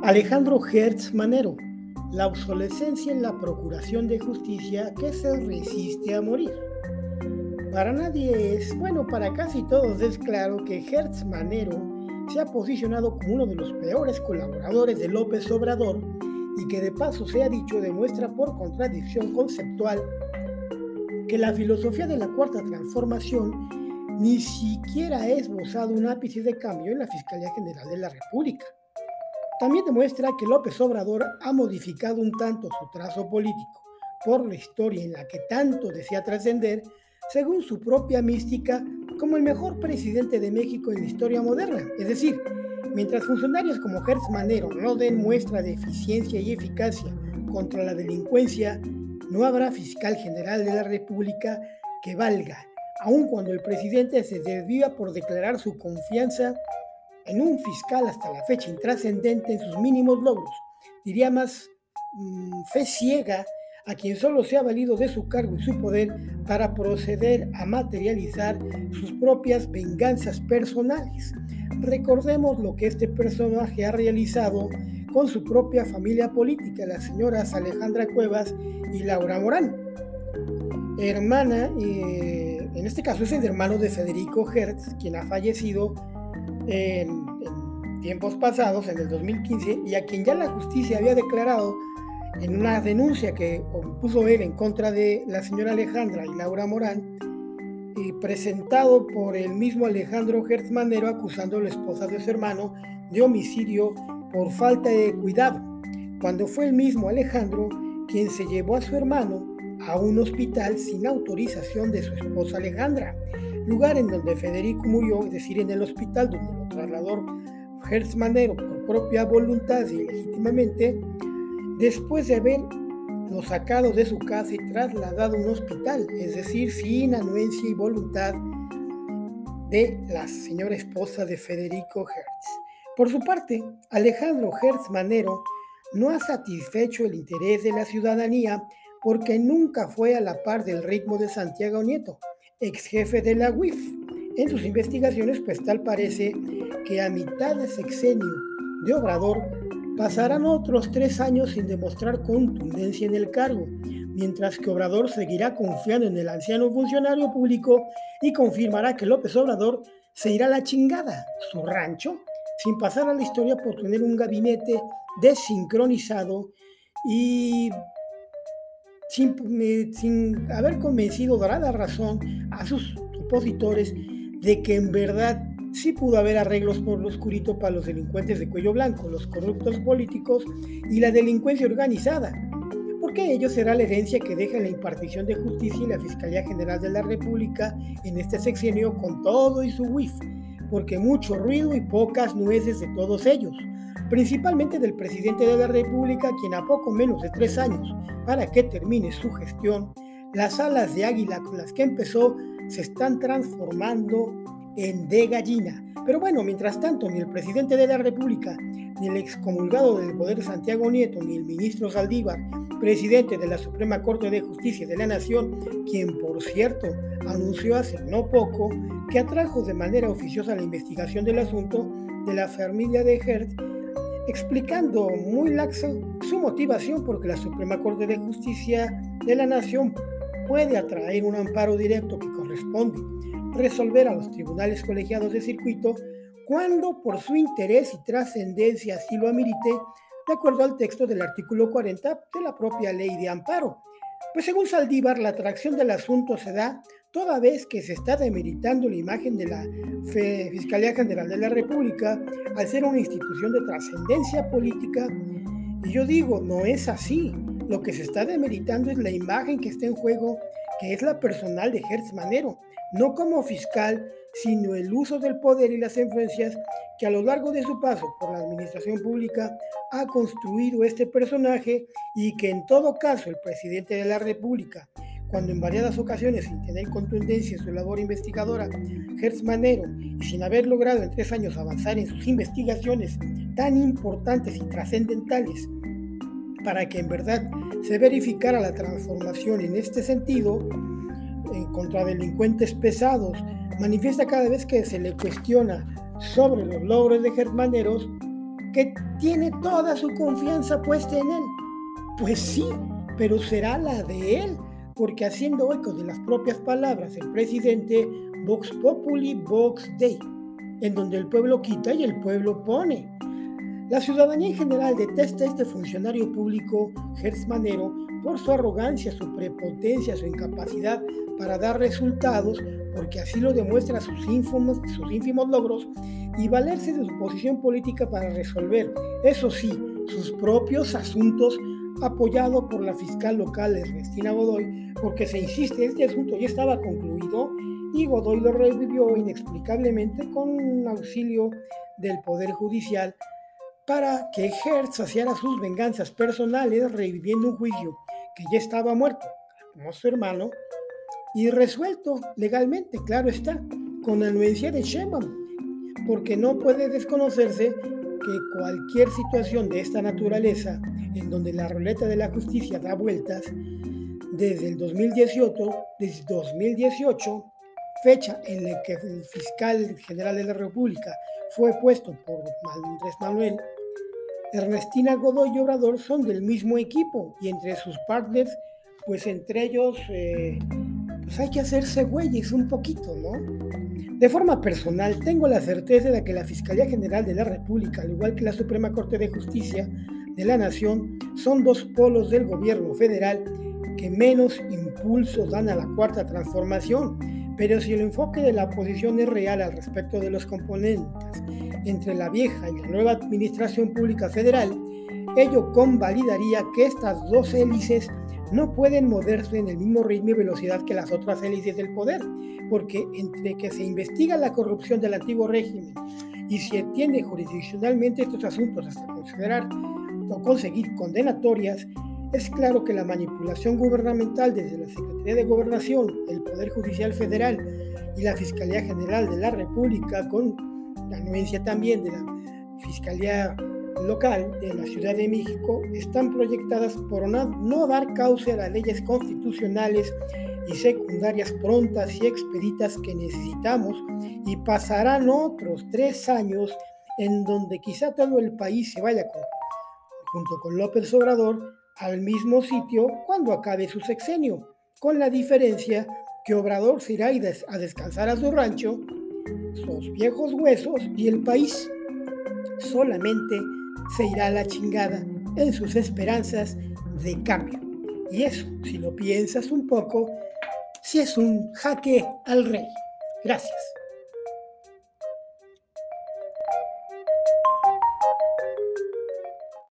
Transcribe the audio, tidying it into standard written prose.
Alejandro Hertz Manero, la obsolescencia en la procuración de justicia que se resiste a morir. Para nadie para casi todos es claro que Hertz Manero se ha posicionado como uno de los peores colaboradores de López Obrador y que de paso se ha dicho demuestra por contradicción conceptual que la filosofía de la Cuarta Transformación ni siquiera ha esbozado un ápice de cambio en la Fiscalía General de la República. También demuestra que López Obrador ha modificado un tanto su trazo político por la historia en la que tanto desea trascender, según su propia mística, como el mejor presidente de México en la historia moderna. Es decir, mientras funcionarios como Hertz Manero no den muestra de eficiencia y eficacia contra la delincuencia, no habrá fiscal general de la República que valga, aun cuando el presidente se desviva por declarar su confianza en un fiscal hasta la fecha intrascendente en sus mínimos logros. Diría más fe ciega a quien solo se ha valido de su cargo y su poder para proceder a materializar sus propias venganzas personales. Recordemos lo que este personaje ha realizado con su propia familia política, las señoras Alejandra Cuevas y Laura Morán. Hermana, en este caso es el hermano de Federico Hertz, quien ha fallecido en tiempos pasados, en el 2015, y a quien ya la justicia había declarado en una denuncia que puso él en contra de la señora Alejandra y Laura Morán, presentado por el mismo Alejandro Hertz Manero, acusando a la esposa de su hermano de homicidio por falta de cuidado, cuando fue el mismo Alejandro quien se llevó a su hermano a un hospital sin autorización de su esposa Alejandra, lugar en donde Federico murió, es decir, en el hospital donde lo trasladó Hertz Manero por propia voluntad y legítimamente, después de haberlo sacado de su casa y trasladado a un hospital, es decir, sin anuencia y voluntad de la señora esposa de Federico Hertz. Por su parte, Alejandro Hertz Manero no ha satisfecho el interés de la ciudadanía porque nunca fue a la par del ritmo de Santiago Nieto, ex jefe de la UIF. En sus investigaciones, pues tal parece que a mitad de sexenio de Obrador pasarán otros 3 años sin demostrar contundencia en el cargo, mientras que Obrador seguirá confiando en el anciano funcionario público y confirmará que López Obrador se irá a la chingada, su rancho, sin pasar a la historia por tener un gabinete desincronizado y sin haber convencido, dará la razón a sus opositores de que en verdad sí pudo haber arreglos por lo oscurito para los delincuentes de cuello blanco, los corruptos políticos y la delincuencia organizada, porque ello será la herencia que deja la impartición de justicia y la Fiscalía General de la República en este sexenio con todo y su UIF, porque mucho ruido y pocas nueces de todos ellos, principalmente del presidente de la República, quien a poco menos de 3 años para que termine su gestión, las alas de águila con las que empezó se están transformando en de gallina. Pero bueno, mientras tanto, ni el presidente de la República, ni el excomulgado del poder Santiago Nieto, ni el ministro Saldívar, presidente de la Suprema Corte de Justicia de la Nación, quien por cierto anunció hace no poco que atrajo de manera oficiosa la investigación del asunto de la familia de Hertz, explicando muy laxo su motivación porque la Suprema Corte de Justicia de la Nación puede atraer un amparo directo que corresponde resolver a los tribunales colegiados de circuito cuando por su interés y trascendencia así lo amerite, de acuerdo al texto del artículo 40 de la propia ley de amparo. Pues según Saldívar, la atracción del asunto se da toda vez que se está demeritando la imagen de la Fiscalía General de la República al ser una institución de trascendencia política. Y yo digo, no es así. Lo que se está demeritando es la imagen que está en juego, que es la personal de Hertz Manero, no como fiscal, sino el uso del poder y las influencias que a lo largo de su paso por la administración pública ha construido este personaje y que en todo caso el presidente de la República, cuando en variadas ocasiones sin tener contundencia en su labor investigadora, Hertz Manero, y sin haber logrado en 3 años avanzar en sus investigaciones tan importantes y trascendentales para que en verdad se verificara la transformación en este sentido, contra delincuentes pesados, manifiesta cada vez que se le cuestiona sobre los logros de Hertz Manero que tiene toda su confianza puesta en él. Pues sí, pero será la de él, porque haciendo eco de las propias palabras del presidente, Vox Populi, Vox Dei, en donde el pueblo quita y el pueblo pone. La ciudadanía en general detesta a este funcionario público, Gertz Manero, por su arrogancia, su prepotencia, su incapacidad para dar resultados, porque así lo demuestra sus ínfimos logros, y valerse de su posición política para resolver, eso sí, sus propios asuntos, apoyado por la fiscal local Ernestina Godoy, porque se insiste, este asunto ya estaba concluido y Godoy lo revivió inexplicablemente con auxilio del Poder Judicial para que Hertz saciara sus venganzas personales reviviendo un juicio que ya estaba muerto, como su hermano, y resuelto legalmente, claro está, con la anuencia de Sheinbaum, porque no puede desconocerse que cualquier situación de esta naturaleza, en donde la ruleta de la justicia da vueltas, desde el 2018, fecha en la que el fiscal general de la República fue puesto por Andrés Manuel, Ernestina Godoy y Obrador son del mismo equipo y entre sus partners, pues entre ellos, pues hay que hacerse güeyes un poquito, ¿no? De forma personal, tengo la certeza de que la Fiscalía General de la República, al igual que la Suprema Corte de Justicia de la Nación, son dos polos del gobierno federal que menos impulso dan a la cuarta transformación. Pero si el enfoque de la oposición es real al respecto de los componentes entre la vieja y la nueva administración pública federal, ello convalidaría que estas dos hélices no pueden moverse en el mismo ritmo y velocidad que las otras hélices del poder, porque entre que se investiga la corrupción del antiguo régimen y se atiende jurisdiccionalmente estos asuntos hasta considerar o conseguir condenatorias, es claro que la manipulación gubernamental desde la Secretaría de Gobernación, el Poder Judicial Federal y la Fiscalía General de la República, con la anuencia también de la Fiscalía Local de la Ciudad de México, están proyectadas por no dar cauce a las leyes constitucionales y secundarias prontas y expeditas que necesitamos, y pasarán otros 3 años en donde quizá todo el país se vaya junto con López Obrador al mismo sitio cuando acabe su sexenio, con la diferencia que Obrador se irá a descansar a su rancho, sus viejos huesos, y el país solamente se irá a la chingada en sus esperanzas de cambio. Y eso, si lo piensas un poco, sí es un jaque al rey. Gracias.